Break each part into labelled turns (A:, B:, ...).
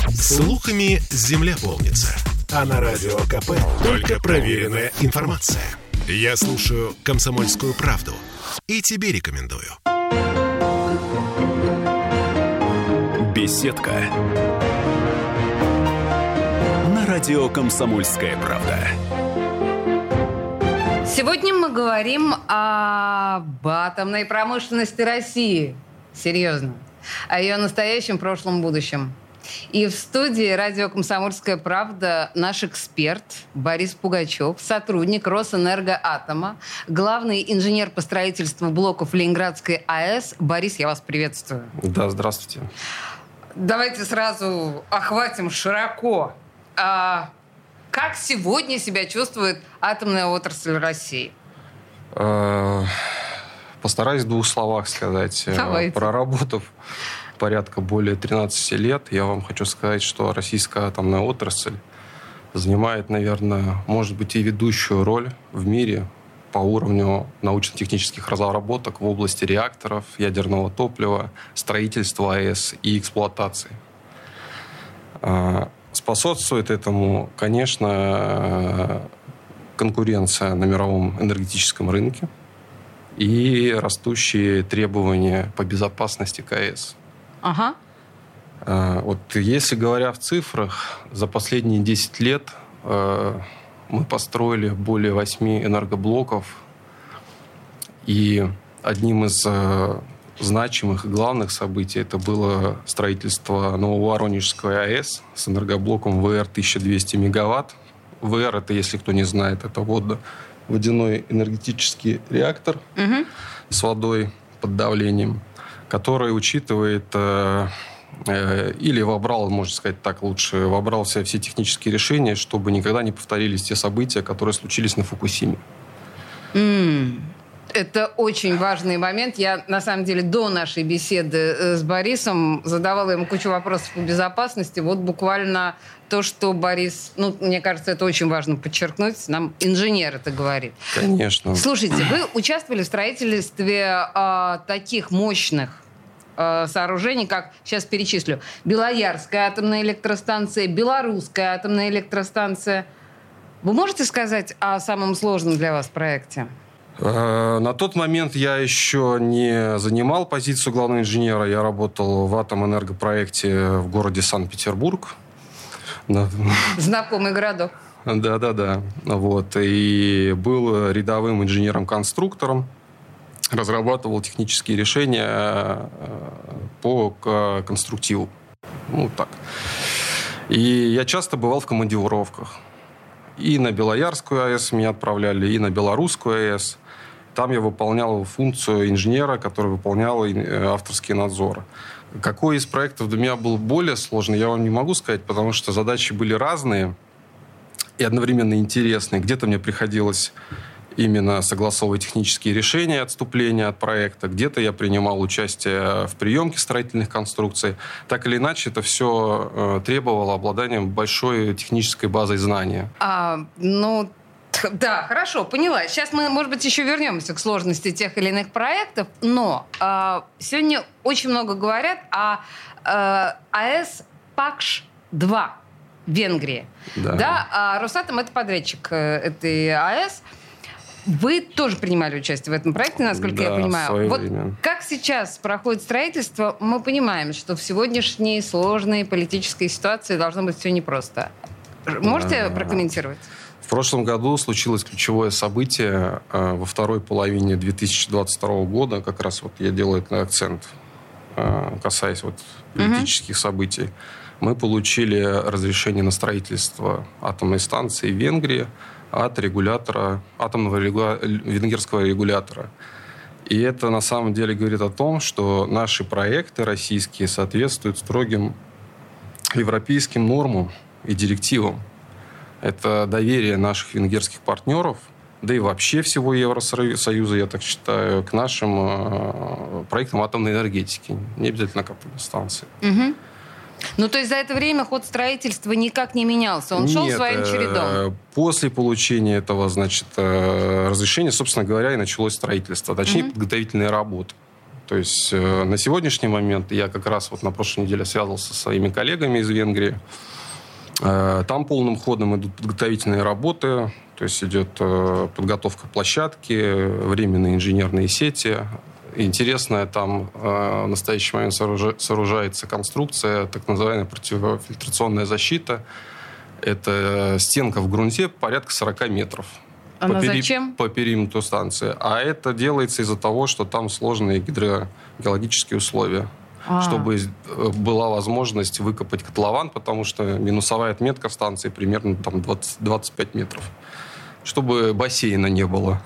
A: Слухами земля полнится. А на Радио КП только проверенная информация. Я слушаю «Комсомольскую правду» и тебе рекомендую.
B: Беседка. На радио «Комсомольская правда».
C: Сегодня мы говорим об атомной промышленности России. Серьезно. О ее настоящем, прошлом, будущем. И в студии радио «Комсомольская правда» наш эксперт Борис Пугачев, сотрудник Росэнергоатома, главный инженер по строительству блоков Ленинградской АЭС. Борис, я вас приветствую.
D: Да, здравствуйте.
C: Давайте сразу охватим широко. Как сегодня себя чувствует атомная отрасль России?
D: Постараюсь в двух словах сказать.
C: Давайте.
D: Проработав порядка более 13 лет, я вам хочу сказать, что российская атомная отрасль занимает, наверное, может быть, и ведущую роль в мире по уровню научно-технических разработок в области реакторов, ядерного топлива, строительства АЭС и эксплуатации. Способствует этому, конечно, конкуренция на мировом энергетическом рынке и растущие требования по безопасности к АЭС.
C: Ага.
D: Вот если говоря в цифрах, за последние 10 лет мы построили более 8 энергоблоков, и одним из значимых и главных событий это было строительство Нововоронежской АЭС с энергоблоком ВР-1200 мегаватт. ВР, это, если кто не знает, это водяной энергетический реактор с водой под давлением, который учитывает или вобрал, можно сказать так лучше, вобрал в себя все технические решения, чтобы никогда не повторились те события, которые случились на Фукусиме.
C: Это очень важный момент. Я, на самом деле, до нашей беседы с Борисом задавала ему кучу вопросов по безопасности. Вот буквально то, что Борис... мне кажется, это очень важно подчеркнуть. Нам инженер это говорит.
D: Конечно.
C: Слушайте, вы участвовали в строительстве таких мощных сооружений, как, сейчас перечислю, Белоярская атомная электростанция, Белорусская атомная электростанция. Вы можете сказать о самом сложном для вас проекте?
D: На тот момент я еще не занимал позицию главного инженера. Я работал в атомэнергопроекте в городе Санкт-Петербург.
C: Знакомый городок.
D: Да. Вот. И был рядовым инженером-конструктором. Разрабатывал технические решения по конструктиву. Так. И я часто бывал в командировках. И на Белоярскую АЭС меня отправляли, и на Белорусскую АЭС. Там я выполнял функцию инженера, который выполнял авторские надзоры. Какой из проектов для меня был более сложный, я вам не могу сказать, потому что задачи были разные и одновременно интересные. Где-то мне приходилось именно согласовывать технические решения отступления от проекта, где-то я принимал участие в приемке строительных конструкций. Так или иначе, это все требовало обладания большой технической базой знания.
C: Да, хорошо, поняла. Сейчас мы, может быть, еще вернемся к сложности тех или иных проектов, но сегодня очень много говорят о АЭС ПАКШ-2 в Венгрии. Да, Росатом — это подрядчик этой АЭС. Вы тоже принимали участие в этом проекте, насколько я понимаю. Вот время. Как сейчас проходит строительство, мы понимаем, что в сегодняшней сложной политической ситуации должно быть все непросто. Можете прокомментировать?
D: В прошлом году случилось ключевое событие во второй половине 2022 года. Как раз вот я делаю этот акцент, касаясь политических событий. Мы получили разрешение на строительство атомной станции в Венгрии от венгерского регулятора. И это на самом деле говорит о том, что наши проекты российские соответствуют строгим европейским нормам и директивам. Это доверие наших венгерских партнеров, да и вообще всего Евросоюза, я так считаю, к нашим проектам атомной энергетики, не обязательно к атомной станции.
C: То есть за это время ход строительства никак не менялся? Он шел своим чередом?
D: После получения этого, разрешения, собственно говоря, и началось строительство, точнее, подготовительные работы. То есть на сегодняшний момент я как раз вот на прошлой неделе связывался со своими коллегами из Венгрии. Там полным ходом идут подготовительные работы, то есть идет подготовка площадки, временные инженерные сети. Интересная там в настоящий момент сооружается конструкция, так называемая противофильтрационная защита. Это стенка в грунте порядка 40 метров.
C: Она зачем?
D: По периметру станции. А это делается из-за того, что там сложные гидрогеологические условия. Чтобы была возможность выкопать котлован, потому что минусовая отметка в станции примерно там 25 метров. Чтобы бассейна не было.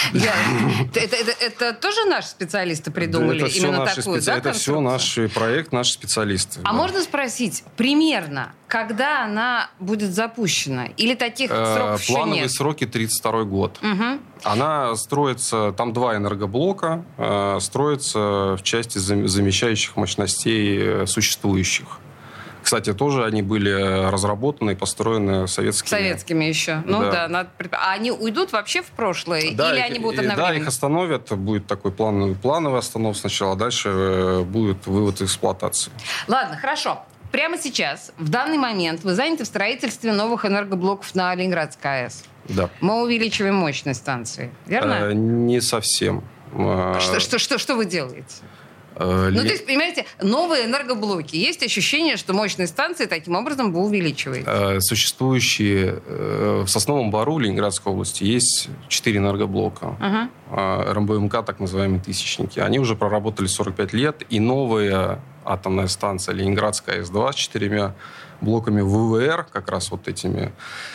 C: Это тоже наши специалисты придумали?
D: Это
C: именно такую, да,
D: это все наш проект, наши специалисты.
C: А можно спросить, примерно, когда она будет запущена? Или таких сроков еще нет?
D: Плановые сроки 32 год.
C: Угу.
D: Она строится, там 2 энергоблока, строится в части замещающих мощностей существующих. Кстати, тоже они были разработаны и построены советскими
C: еще. Ну да. А они уйдут вообще в прошлое?
D: Да,
C: или они будут одновременно?
D: Да, их остановят. Будет такой плановый останов сначала, а дальше будет вывод эксплуатации.
C: Ладно, хорошо. Прямо сейчас, в данный момент, вы заняты в строительстве новых энергоблоков на Ленинградской АЭС.
D: Да.
C: Мы увеличиваем мощность станции, верно?
D: Не совсем.
C: Что вы делаете? То есть, понимаете, новые энергоблоки. Есть ощущение, что мощность станции таким образом вы увеличиваете.
D: Существующие в Сосновом Бору Ленинградской области есть 4 энергоблока. РМБМК, так называемые тысячники. Они уже проработали 45 лет. И новая атомная станция Ленинградская АЭС-2 с 4 блоками ВВР, как раз вот этими,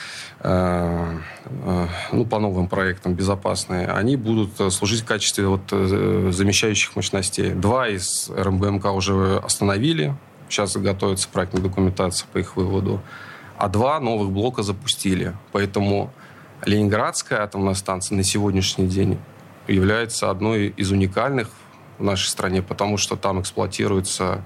D: по новым проектам безопасные, они будут служить в качестве замещающих мощностей. 2 из РМБМК уже остановили. Сейчас готовится проектная документация по их выводу. А 2 новых блока запустили. Поэтому Ленинградская атомная станция на сегодняшний день является одной из уникальных в нашей стране, потому что там эксплуатируются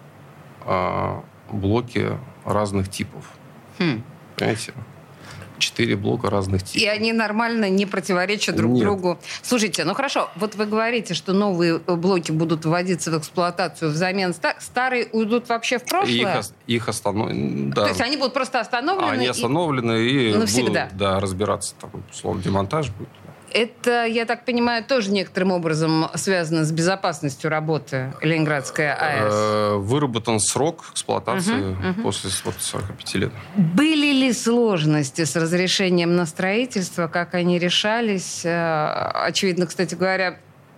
D: блоки разных типов. Понимаете? 4 блока разных типов.
C: И они нормально не противоречат друг другу. Слушайте, хорошо, вот вы говорите, что новые блоки будут вводиться в эксплуатацию взамен старые уйдут вообще в прошлое?
D: Их остановят. Да.
C: То есть они будут просто остановлены?
D: Они остановлены и
C: навсегда.
D: Будут разбираться. Там, условно, демонтаж будет.
C: Это, я так понимаю, тоже некоторым образом связано с безопасностью работы Ленинградской АЭС?
D: Выработан срок эксплуатации после 45 лет.
C: Были ли сложности с разрешением на строительство? Как они решались? Очевидно, кстати говоря,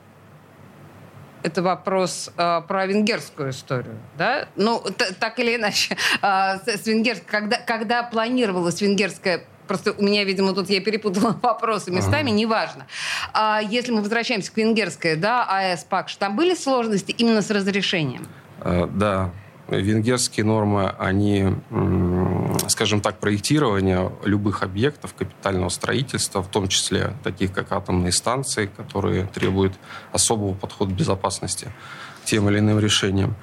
C: это вопрос про венгерскую историю, да? Так или иначе, с венгерской, когда планировалась венгерская... Просто у меня, видимо, тут я перепутала вопросы местами, неважно. Если мы возвращаемся к венгерской, АЭС ПАКШ, там были сложности именно с разрешением?
D: Да. Венгерские нормы, они, скажем так, проектирование любых объектов капитального строительства, в том числе таких, как атомные станции, которые требуют особого подхода к безопасности к тем или иным решениям.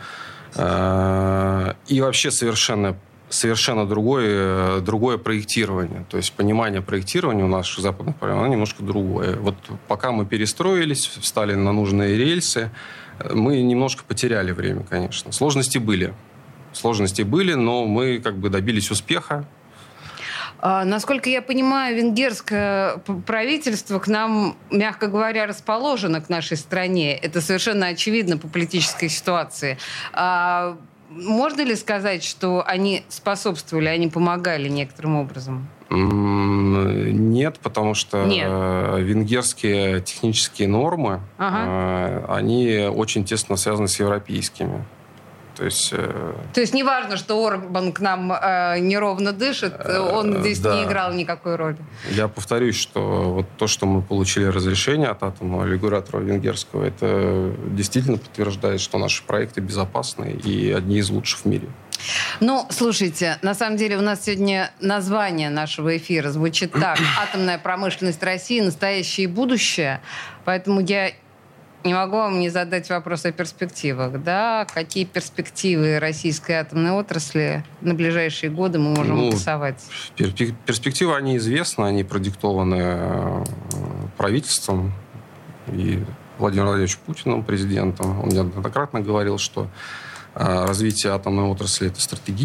D: И вообще совершенно другое проектирование. То есть понимание проектирования у наших западных программ, оно немножко другое. Вот пока мы перестроились, встали на нужные рельсы, мы немножко потеряли время, конечно. Сложности были, но мы добились успеха.
C: Насколько я понимаю, венгерское правительство к нам, мягко говоря, расположено к нашей стране. Это совершенно очевидно по политической ситуации. Можно ли сказать, что они способствовали, они помогали некоторым образом?
D: Нет, потому что венгерские технические нормы, они очень тесно связаны с европейскими. То есть
C: не важно, что Орбан к нам неровно дышит, он здесь не играл никакой роли.
D: Я повторюсь, что вот то, что мы получили разрешение от атомного регулятора венгерского, это действительно подтверждает, что наши проекты безопасны и одни из лучших в мире.
C: Слушайте, на самом деле у нас сегодня название нашего эфира звучит так: «Атомная промышленность России. Настоящее и будущее». Поэтому я не могу вам не задать вопрос о перспективах. Да? Какие перспективы российской атомной отрасли на ближайшие годы мы можем рисовать?
D: Перспективы, они известны, они продиктованы правительством. И Владимиром Владимировичем Путиным, президентом. Он неоднократно говорил, что развитие атомной отрасли – это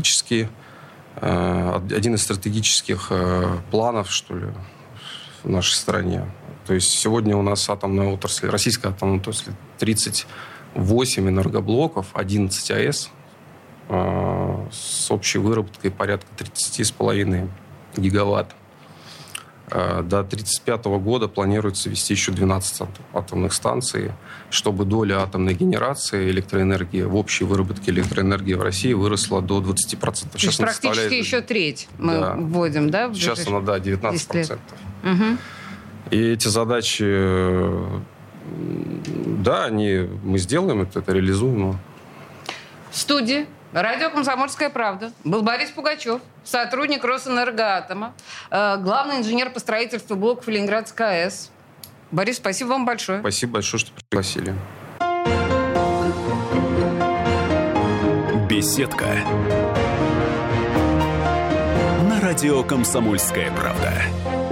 D: один из стратегических планов, что ли, в нашей стране. То есть сегодня у нас атомная отрасль, российская атомная отрасль 38 энергоблоков, 11 АЭС с общей выработкой порядка 30,5 гигаватт. До 1935 года планируется ввести еще 12 атомных станций, чтобы доля атомной генерации электроэнергии в общей выработке электроэнергии в России выросла до 20%.
C: То есть практически еще треть мы вводим, да?
D: Сейчас она, 19%. Угу. И эти задачи, мы сделаем это реализуем.
C: В студии радио «Комсомольская правда» был Борис Пугачев, сотрудник Росэнергоатома, главный инженер по строительству блоков Ленинградской АЭС. Борис, спасибо вам большое.
D: Спасибо большое, что пригласили.
B: Беседка. На радио «Комсомольская правда».